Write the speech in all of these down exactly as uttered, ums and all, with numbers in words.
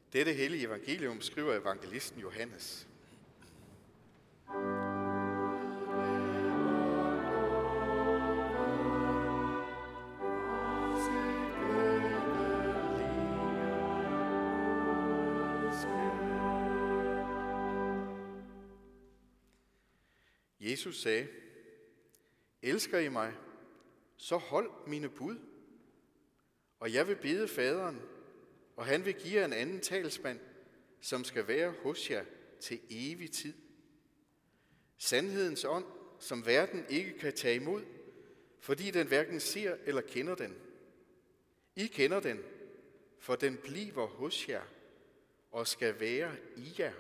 Dette hellige evangelium skriver evangelisten Johannes. Jesus sagde, elsker I mig, så hold mine bud, og jeg vil bede faderen, og han vil give jer en anden talsmand, som skal være hos jer til evig tid. Sandhedens ånd, som verden ikke kan tage imod, fordi den hverken ser eller kender den. I kender den, for den bliver hos jer og skal være i jer.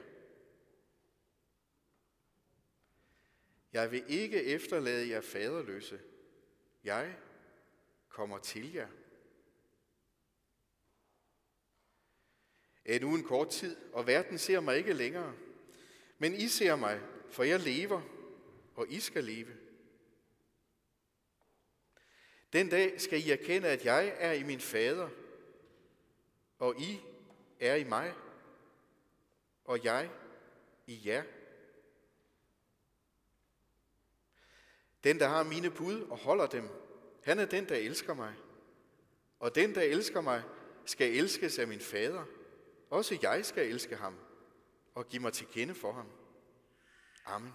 Jeg vil ikke efterlade jer faderløse. Jeg kommer til jer. Endnu en kort tid, og verden ser mig ikke længere. Men I ser mig, for jeg lever, og I skal leve. Den dag skal I erkende, at jeg er i min fader, og I er i mig, og jeg i jer. Den, der har mine bud og holder dem, han er den, der elsker mig. Og den, der elsker mig, skal elskes af min fader. Også jeg skal elske ham og give mig til kende for ham. Amen.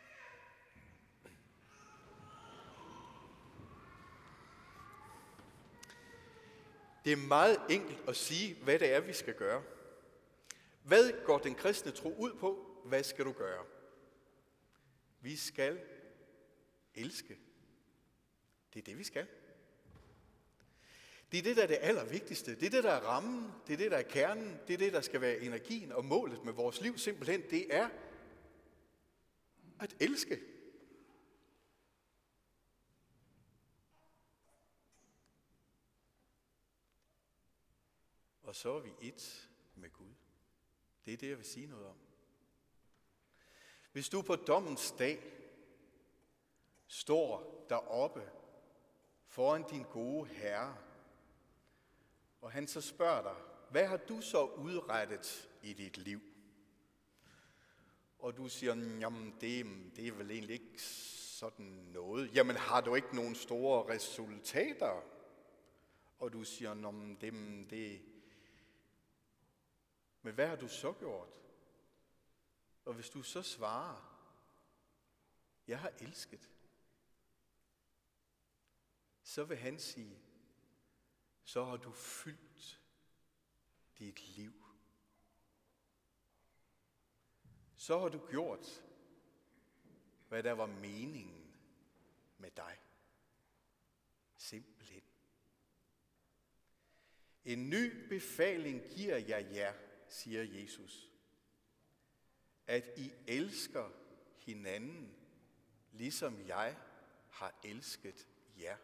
Det er meget enkelt at sige, hvad det er, vi skal gøre. Hvad går den kristne tro ud på? Hvad skal du gøre? Vi skal elske. Det er det, vi skal. Det er det, der er det allervigtigste. Det er det, der er rammen. Det er det, der er kernen. Det er det, der skal være energien og målet med vores liv. Simpelthen, det er at elske. Og så er vi et med Gud. Det er det, jeg vil sige noget om. Hvis du på dommens dag står deroppe foran din gode Herre, og han så spørger dig, hvad har du så udrettet i dit liv? Og du siger, jamen det, det er vel egentlig ikke sådan noget. Jamen har du ikke nogen store resultater? Og du siger, jamen det, det. Men hvad har du så gjort? Og hvis du så svarer, jeg har elsket, så vil han sige, så har du fyldt dit liv. Så har du gjort, hvad der var meningen med dig. Simpelthen. En ny befaling giver jeg jer, siger Jesus, at I elsker hinanden, ligesom jeg har elsket jer.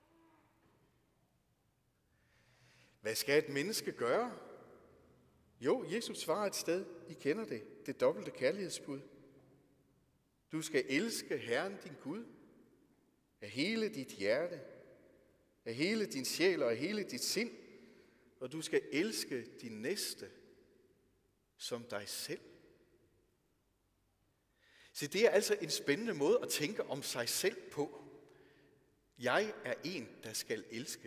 Hvad skal et menneske gøre? Jo, Jesus svarer et sted, I kender det, det dobbelte kærlighedsbud. Du skal elske Herren din Gud af hele dit hjerte, af hele din sjæl og af hele dit sind, og du skal elske din næste som dig selv. Så det er altså en spændende måde at tænke om sig selv på. Jeg er en, der skal elske.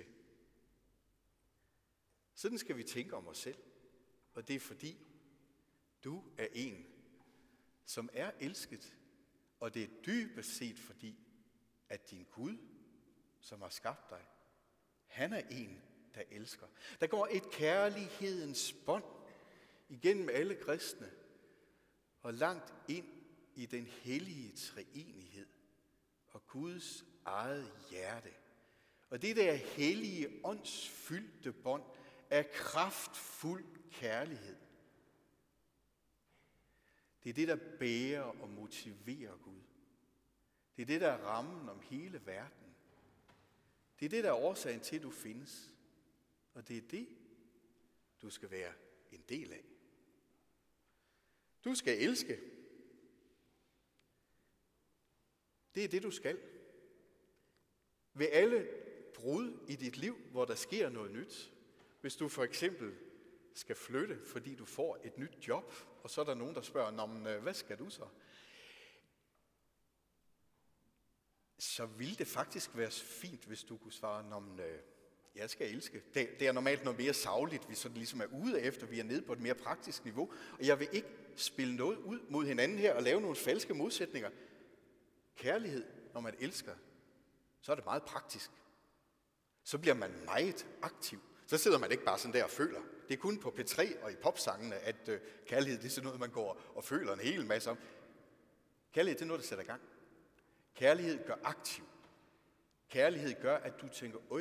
Sådan skal vi tænke om os selv. Og det er fordi, du er en, som er elsket. Og det er dybest set fordi, at din Gud, som har skabt dig, han er en, der elsker. Der går et kærlighedens bånd igennem alle kristne og langt ind i den hellige treenighed og Guds eget hjerte. Og det der hellige åndsfyldte bånd er kraftfuld kærlighed. Det er det, der bærer og motiverer Gud. Det er det, der er rammen om hele verden. Det er det, der er årsagen til, at du findes. Og det er det, du skal være en del af. Du skal elske. Det er det, du skal. Ved alle brud i dit liv, hvor der sker noget nyt. Hvis du for eksempel skal flytte, fordi du får et nyt job, og så er der nogen, der spørger, Nå, men, hvad skal du så? Så ville det faktisk være fint, hvis du kunne svare, Nå, men, jeg skal elske. Det, det er normalt noget mere sagligt, vi sådan ligesom er ude efter, vi er nede på et mere praktisk niveau, og jeg vil ikke spille noget ud mod hinanden her og lave nogle falske modsætninger. Kærlighed, når man elsker, så er det meget praktisk. Så bliver man meget aktiv. Så sidder man ikke bare sådan der og føler. Det er kun på P tre og i popsangene, at øh, kærlighed det er sådan noget, man går og føler en hel masse om. Kærlighed det er noget, der sætter i gang. Kærlighed gør aktiv. Kærlighed gør, at du tænker, øj,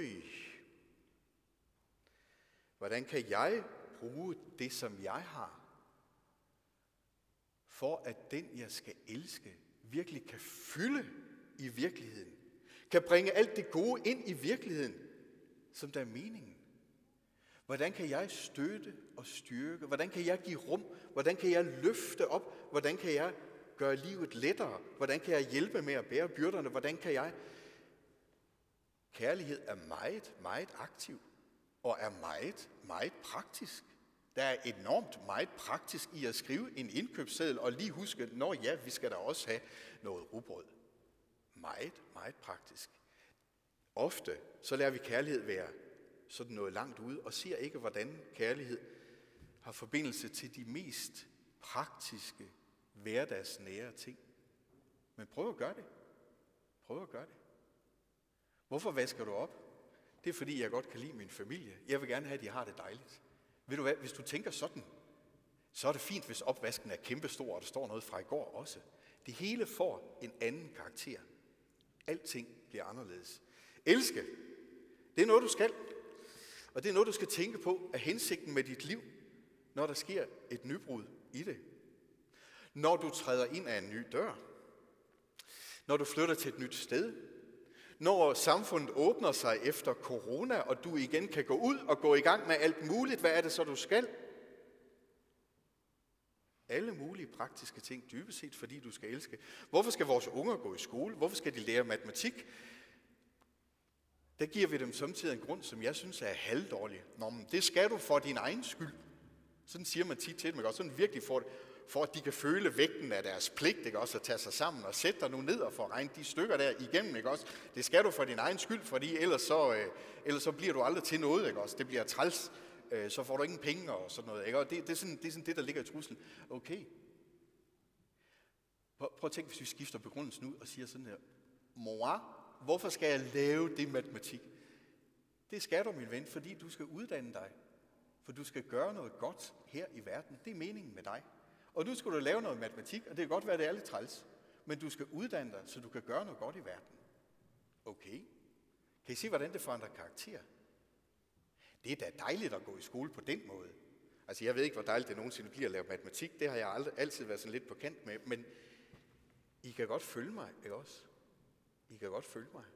hvordan kan jeg bruge det, som jeg har, for at den, jeg skal elske, virkelig kan fylde i virkeligheden. Kan bringe alt det gode ind i virkeligheden, som der er meningen. Hvordan kan jeg støtte og styrke? Hvordan kan jeg give rum? Hvordan kan jeg løfte op? Hvordan kan jeg gøre livet lettere? Hvordan kan jeg hjælpe med at bære byrderne? Hvordan kan jeg? Kærlighed er meget, meget aktiv og er meget, meget praktisk. Der er enormt meget praktisk i at skrive en indkøbsseddel og lige huske, når ja, vi skal da også have noget rugbrød. Meget, meget praktisk. Ofte så lader vi kærlighed være sådan noget langt ude og ser ikke, hvordan kærlighed har forbindelse til de mest praktiske, hverdagsnære ting. Men prøv at gøre det. Prøv at gøre det. Hvorfor vasker du op? Det er fordi, jeg godt kan lide min familie. Jeg vil gerne have, at de har det dejligt. Ved du hvad, hvis du tænker sådan, så er det fint, hvis opvasken er kæmpestor, og der står noget fra i går også. Det hele får en anden karakter. Alting bliver anderledes. Elske, det er noget, du skal. Og det er noget, du skal tænke på af hensigten med dit liv, når der sker et nybrud i det. Når du træder ind af en ny dør. Når du flytter til et nyt sted. Når samfundet åbner sig efter corona, og du igen kan gå ud og gå i gang med alt muligt, hvad er det så, du skal? Alle mulige praktiske ting, dybest set, fordi du skal elske. Hvorfor skal vores unger gå i skole? Hvorfor skal de lære matematik? Der giver vi dem samtidig en grund, som jeg synes er halvdårlig. Nå, men det skal du for din egen skyld. Sådan siger man tit til dem, ikke? Sådan virkelig for, for at de kan føle vægten af deres pligt, ikke? Også at tage sig sammen og sætte dig nu ned og få regnet de stykker der igennem, ikke? Også, det skal du for din egen skyld, fordi ellers så, øh, ellers så bliver du aldrig til noget, ikke? Også, det bliver træls, øh, så får du ingen penge og sådan noget, ikke? Og det, det, er sådan, det er sådan det, der ligger i truslen. Okay. Prøv, prøv at tænke, hvis vi skifter begrundelsen ud og siger sådan her, mor, hvorfor skal jeg lave det matematik? Det skal du, min ven, fordi du skal uddanne dig. For du skal gøre noget godt her i verden. Det er meningen med dig. Og nu skal du lave noget matematik, og det kan godt være, det er lidt træls. Men du skal uddanne dig, så du kan gøre noget godt i verden. Okay. Kan I se, hvordan det forandrer karakter? Det er da dejligt at gå i skole på den måde. Altså, jeg ved ikke, hvor dejligt det nogensinde bliver at lave matematik. Det har jeg aldrig, altid været sådan lidt på kant med. Men I kan godt følge mig, ikke også? I kan godt følge mig.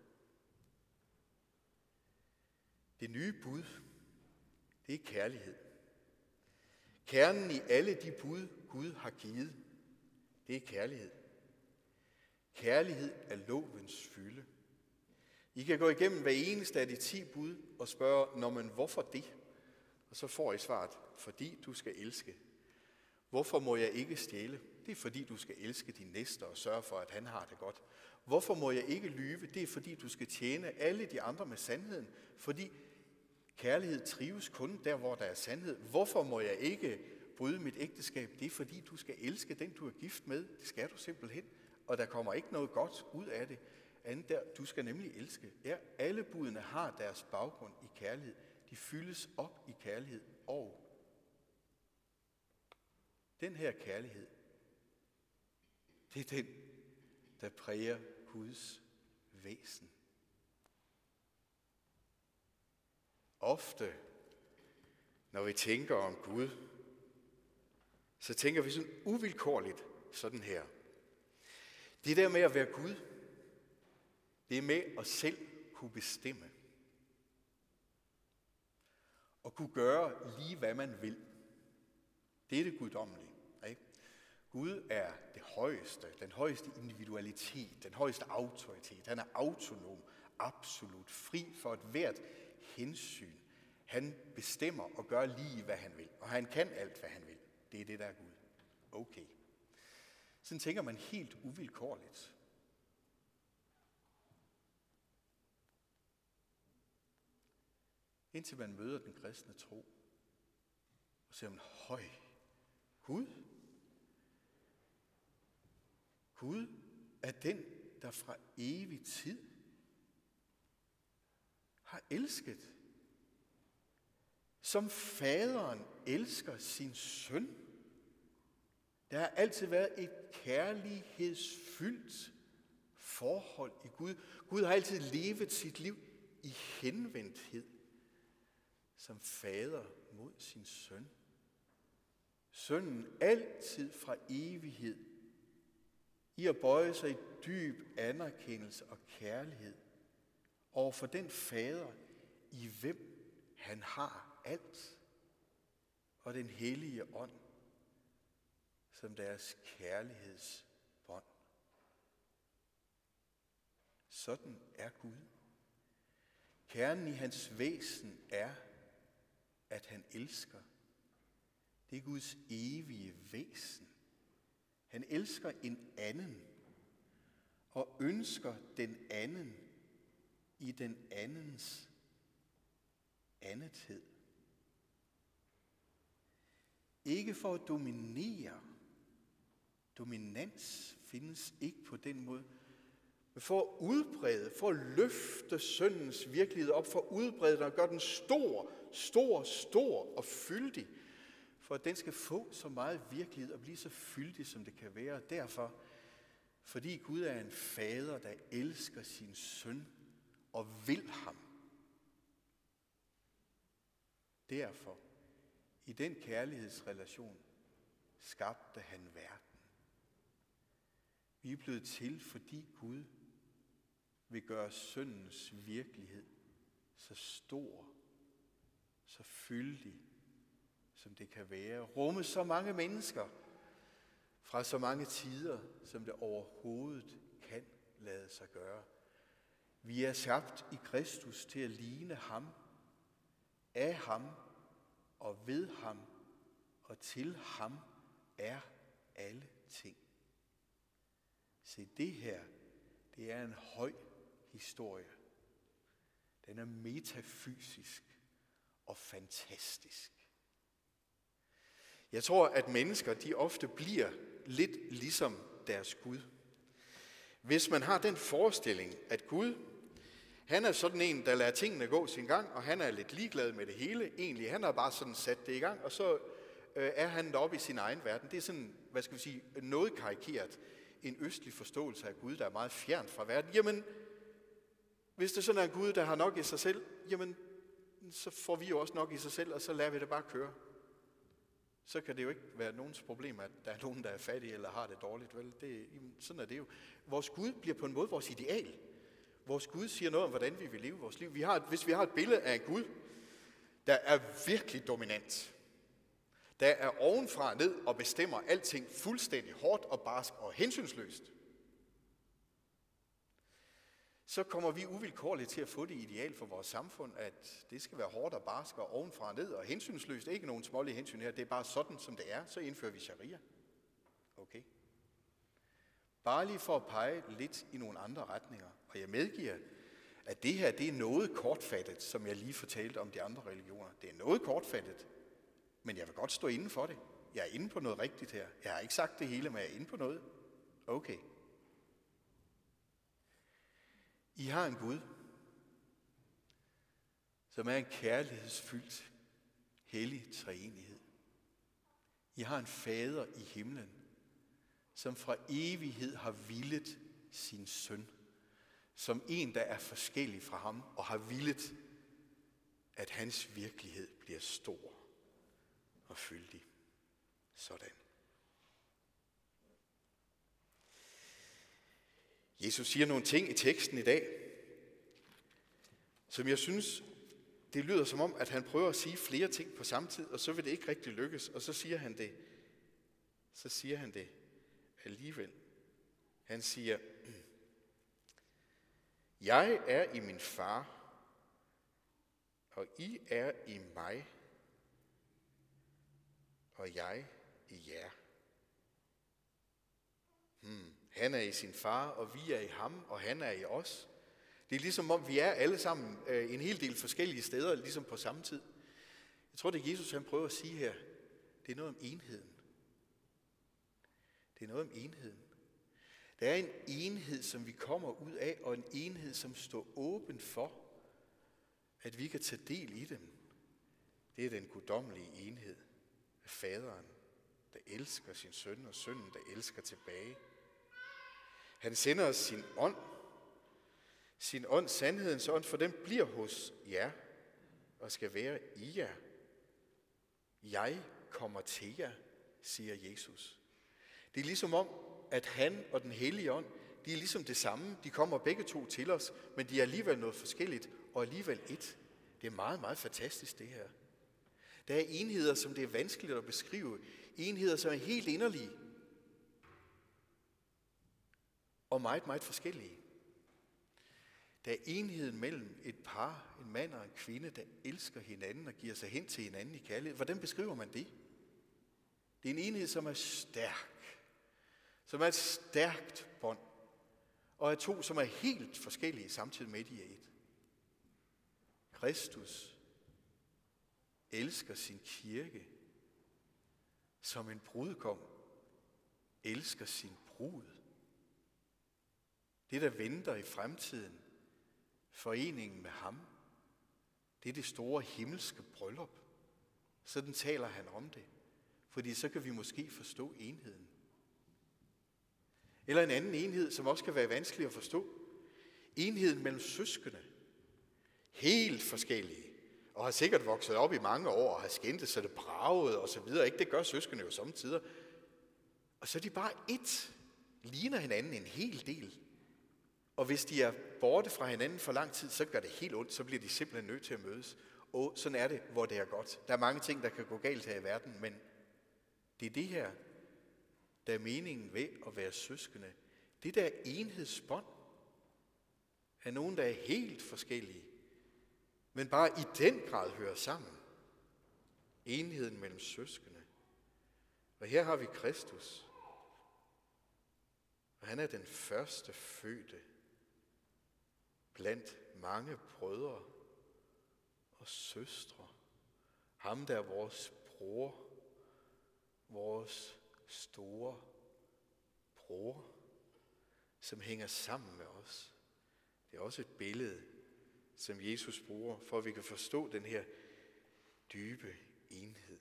Det nye bud, det er kærlighed. Kernen i alle de bud, Gud har givet, det er kærlighed. Kærlighed er lovens fylde. I kan gå igennem hver eneste af de ti bud og spørge, nå, men hvorfor det? Og så får I svaret, fordi du skal elske. Hvorfor må jeg ikke stjæle? Det er fordi du skal elske din næste og sørge for, at han har det godt. Hvorfor må jeg ikke lyve? Det er fordi du skal tjene alle de andre med sandheden. Fordi kærlighed trives kun der, hvor der er sandhed. Hvorfor må jeg ikke bryde mit ægteskab? Det er fordi du skal elske den, du er gift med. Det skal du simpelthen. Og der kommer ikke noget godt ud af det. Andet der, du skal nemlig elske. Ja, alle budene har deres baggrund i kærlighed. De fyldes op i kærlighed. Og den her kærlighed, det er den, der præger Guds væsen. Ofte, når vi tænker om Gud, så tænker vi sådan uvilkårligt sådan her. Det der med at være Gud, det er med at selv kunne bestemme. Og kunne gøre lige hvad man vil. Det er det guddommelige. Ikke? Gud er det højeste, den højeste individualitet, den højeste autoritet. Han er autonom, absolut fri for et hvert hensyn. Han bestemmer og gør lige, hvad han vil. Og han kan alt, hvad han vil. Det er det, der er Gud. Okay. Sådan tænker man helt uvilkårligt. Indtil man møder den kristne tro. Og siger man, høj, Gud? Gud er den, der fra evig tid har elsket. Som faderen elsker sin søn. Der har altid været et kærlighedsfyldt forhold i Gud. Gud har altid levet sit liv i henvendthed som fader mod sin søn. Sønnen altid fra evighed i at bøje sig i dyb anerkendelse og kærlighed over for den fader, i hvem han har alt, og den hellige ånd som deres kærlighedsbånd. Sådan er Gud. Kernen i hans væsen er, at han elsker. Det er Guds evige væsen. Han elsker en anden og ønsker den anden i den andens andethed. Ikke for at dominere. Dominans findes ikke på den måde. Men for at udbrede, for at løfte søndens virkelighed op, for at udbrede den og gøre den stor, stor, stor og fyldig. For at den skal få så meget virkelighed og blive så fyldig, som det kan være. Derfor, fordi Gud er en fader, der elsker sin søn og vil ham. Derfor, i den kærlighedsrelation, skabte han verden. Vi er blevet til, fordi Gud vil gøre søndens virkelighed så stor, så fyldig, som det kan være. Rumme så mange mennesker fra så mange tider, som det overhovedet kan lade sig gøre. Vi er skabt i Kristus til at ligne ham, af ham og ved ham, og til ham er alle ting. Se, det her, det er en høj historie. Den er metafysisk og fantastisk. Jeg tror, at mennesker, de ofte bliver lidt ligesom deres Gud. Hvis man har den forestilling, at Gud, han er sådan en, der lader tingene gå sin gang, og han er lidt ligeglad med det hele. Egentlig, han har bare sådan sat det i gang, og så øh, er han deroppe i sin egen verden. Det er sådan, hvad skal vi sige, noget karikeret. En østlig forståelse af Gud, der er meget fjernt fra verden. Jamen, hvis det sådan er en Gud, der har nok i sig selv, jamen, så får vi jo også nok i sig selv, og så lader vi det bare køre. Så kan det jo ikke være nogens problem, at der er nogen, der er fattige eller har det dårligt. Vel? Det, jamen, sådan er det jo. Vores Gud bliver på en måde vores ideal. Vores Gud siger noget om, hvordan vi vil leve vores liv. Vi har, hvis vi har et billede af en Gud, der er virkelig dominant, der er ovenfra ned og bestemmer alting fuldstændig hårdt og barsk og hensynsløst, så kommer vi uvilkårligt til at få det ideal for vores samfund, at det skal være hårdt og barsk og ovenfra ned og hensynsløst. Ikke nogen smålige hensyn her, det er bare sådan, som det er. Så indfører vi sharia. Okay. Bare lige for at pege lidt i nogle andre retninger. Og jeg medgiver, at det her, det er noget kortfattet, som jeg lige fortalte om de andre religioner. Det er noget kortfattet, men jeg vil godt stå inde for det. Jeg er inde på noget rigtigt her. Jeg har ikke sagt det hele, men jeg er inde på noget. Okay. I har en Gud, som er en kærlighedsfyldt, hellig treenighed. I har en fader i himlen, som fra evighed har villet sin søn, som en, der er forskellig fra ham, og har villet, at hans virkelighed bliver stor og fyldig. Sådan. Jesus siger nogle ting i teksten i dag, som jeg synes, det lyder som om, at han prøver at sige flere ting på samme tid, og så vil det ikke rigtig lykkes, og så siger han det. Så siger han det alligevel. Han siger, jeg er i min far, og I er i mig, og jeg i jer. Hmm. Han er i sin far, og vi er i ham, og han er i os. Det er ligesom om, vi er alle sammen øh, en hel del forskellige steder, ligesom på samme tid. Jeg tror, det Jesus han prøver at sige her, det er noget om enheden. Det er noget om enheden. Der er en enhed, som vi kommer ud af, og en enhed, som står åben for, at vi kan tage del i dem. Det er den guddommelige enhed af faderen, der elsker sin søn, og sønnen, der elsker tilbage. Han sender os sin ånd, sin ånd, sandhedens ånd, for den bliver hos jer, og skal være i jer. Jeg kommer til jer, siger Jesus. Det er ligesom om, at han og den hellige ånd, de er ligesom det samme. De kommer begge to til os, men de er alligevel noget forskelligt, og alligevel et. Det er meget, meget fantastisk, det her. Der er enheder, som det er vanskeligt at beskrive. Enheder, som er helt inderlige. Og meget, meget forskellige. Der er enheden mellem et par, en mand og en kvinde, der elsker hinanden og giver sig hen til hinanden i kærlighed. Hvordan beskriver man det? Det er en enhed, som er stærk. Som er et stærkt bånd. Og er to, som er helt forskellige, samtidig med de er et. Kristus elsker sin kirke, som en brudgom elsker sin brud. Det, der venter i fremtiden, foreningen med ham, det er det store himmelske bryllup. Sådan taler han om det, fordi så kan vi måske forstå enheden. Eller en anden enhed, som også kan være vanskelig at forstå. Enheden mellem søskende. Helt forskellige. Og har sikkert vokset op i mange år og har skændtet, så det bragede og så videre. Ikke? Det gør søskende jo samtidig. Og så er de bare ét. Ligner hinanden en hel del. Og hvis de er borte fra hinanden for lang tid, så gør det helt ondt. Så bliver de simpelthen nødt til at mødes. Og sådan er det, hvor det er godt. Der er mange ting, der kan gå galt her i verden, men det er det her, der er meningen ved at være søskende. Det der enhedsbånd er nogen, der er helt forskellige, men bare i den grad hører sammen. Enheden mellem søskende. Og her har vi Kristus. Og han er den første fødte blandt mange brødre og søstre. Ham, der er vores bror, vores store bror, som hænger sammen med os. Det er også et billede, som Jesus bruger, for at vi kan forstå den her dybe enhed.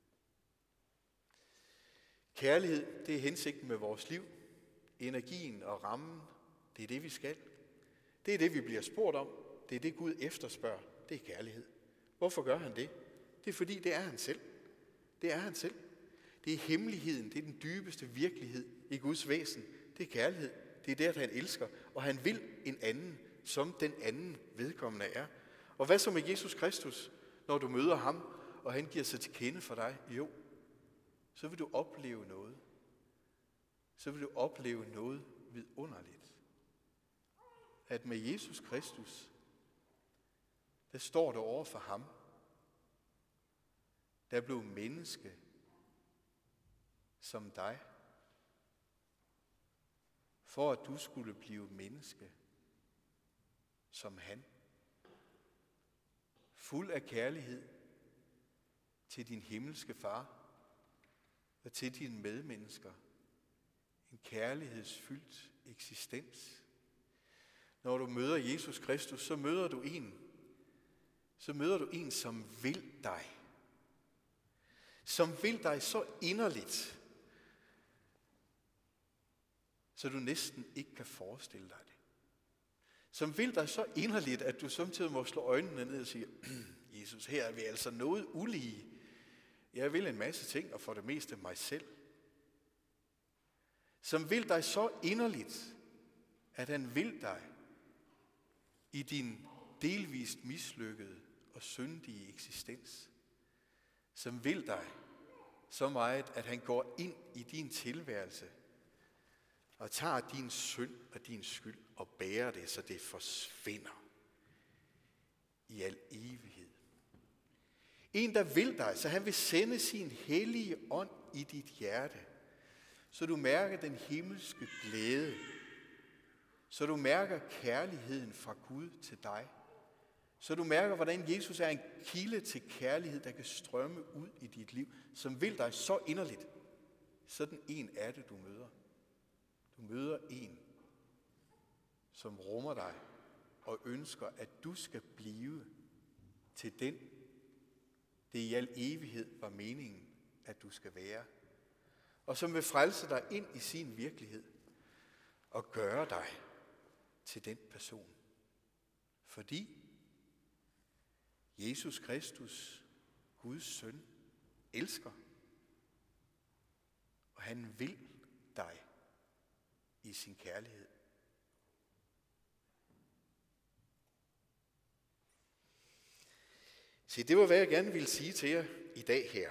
Kærlighed, det er hensigten med vores liv. Energien og rammen, det er det, vi skal. Det er det, vi bliver spurgt om. Det er det, Gud efterspørger. Det er kærlighed. Hvorfor gør han det? Det er fordi, det er han selv. Det er han selv. Det er hemmeligheden, det er den dybeste virkelighed i Guds væsen. Det er kærlighed. Det er det, at han elsker, og han vil en anden, som den anden vedkommende er. Og hvad så med Jesus Kristus, når du møder ham, og han giver sig til kende for dig? Jo, så vil du opleve noget. Så vil du opleve noget vidunderligt. At med Jesus Kristus, der står du over for ham, der blev menneske som dig, for at du skulle blive menneske som han. Fuld af kærlighed til din himmelske far og til dine medmennesker. En kærlighedsfyldt eksistens. Når du møder Jesus Kristus, så møder du en, så møder du en, som vil dig. Som vil dig så inderligt, så du næsten ikke kan forestille dig det. Som vil dig så inderligt, at du samtidig må slå øjnene ned og sige, Jesus, her er vi altså noget ulige. Jeg vil en masse ting, og for det meste mig selv. Som vil dig så inderligt, at han vil dig i din delvist mislykkede og syndige eksistens. Som vil dig så meget, at han går ind i din tilværelse og tager din synd og din skyld og bærer det, så det forsvinder i al evighed. En, der vil dig, så han vil sende sin hellige ånd i dit hjerte, så du mærker den himmelske glæde, så du mærker kærligheden fra Gud til dig, så du mærker, hvordan Jesus er en kilde til kærlighed, der kan strømme ud i dit liv, som vil dig så inderligt. Sådan en er det, du møder. Du møder en, som rummer dig og ønsker, at du skal blive til den, det i al evighed var meningen, at du skal være. Og som vil frelse dig ind i sin virkelighed og gøre dig til den person. Fordi Jesus Kristus, Guds søn, elsker, og han vil dig i sin kærlighed. Se, det var, hvad jeg gerne ville sige til jer i dag her.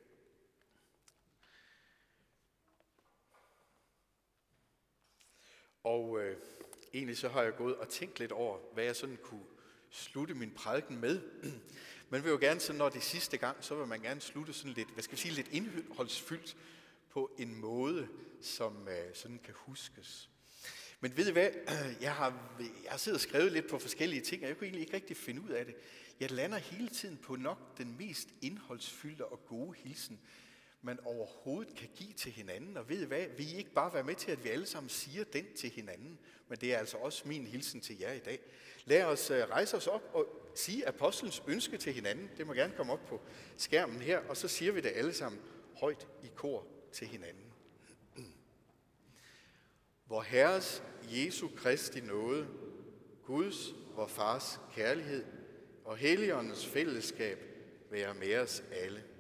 Og øh, egentlig så har jeg gået og tænkt lidt over, hvad jeg sådan kunne slutte min prædiken med. Man vil jo gerne, så når det er sidste gang, så vil man gerne slutte sådan lidt, hvad skal vi sige, lidt indholdsfyldt på en måde, som øh, sådan kan huskes. Men ved I hvad, jeg har, jeg har siddet og skrevet lidt på forskellige ting, og jeg kunne egentlig ikke rigtig finde ud af det. Jeg lander hele tiden på nok den mest indholdsfyldte og gode hilsen, man overhovedet kan give til hinanden. Og ved I hvad, vi ikke bare være med til, at vi alle sammen siger den til hinanden, men det er altså også min hilsen til jer i dag. Lad os rejse os op og sige apostlens ønske til hinanden. Det må gerne komme op på skærmen her, og så siger vi det alle sammen højt i kor til hinanden. Vor Herres Jesu Kristi nåde, Guds, vor Fars kærlighed og Helligåndens fællesskab være med os alle.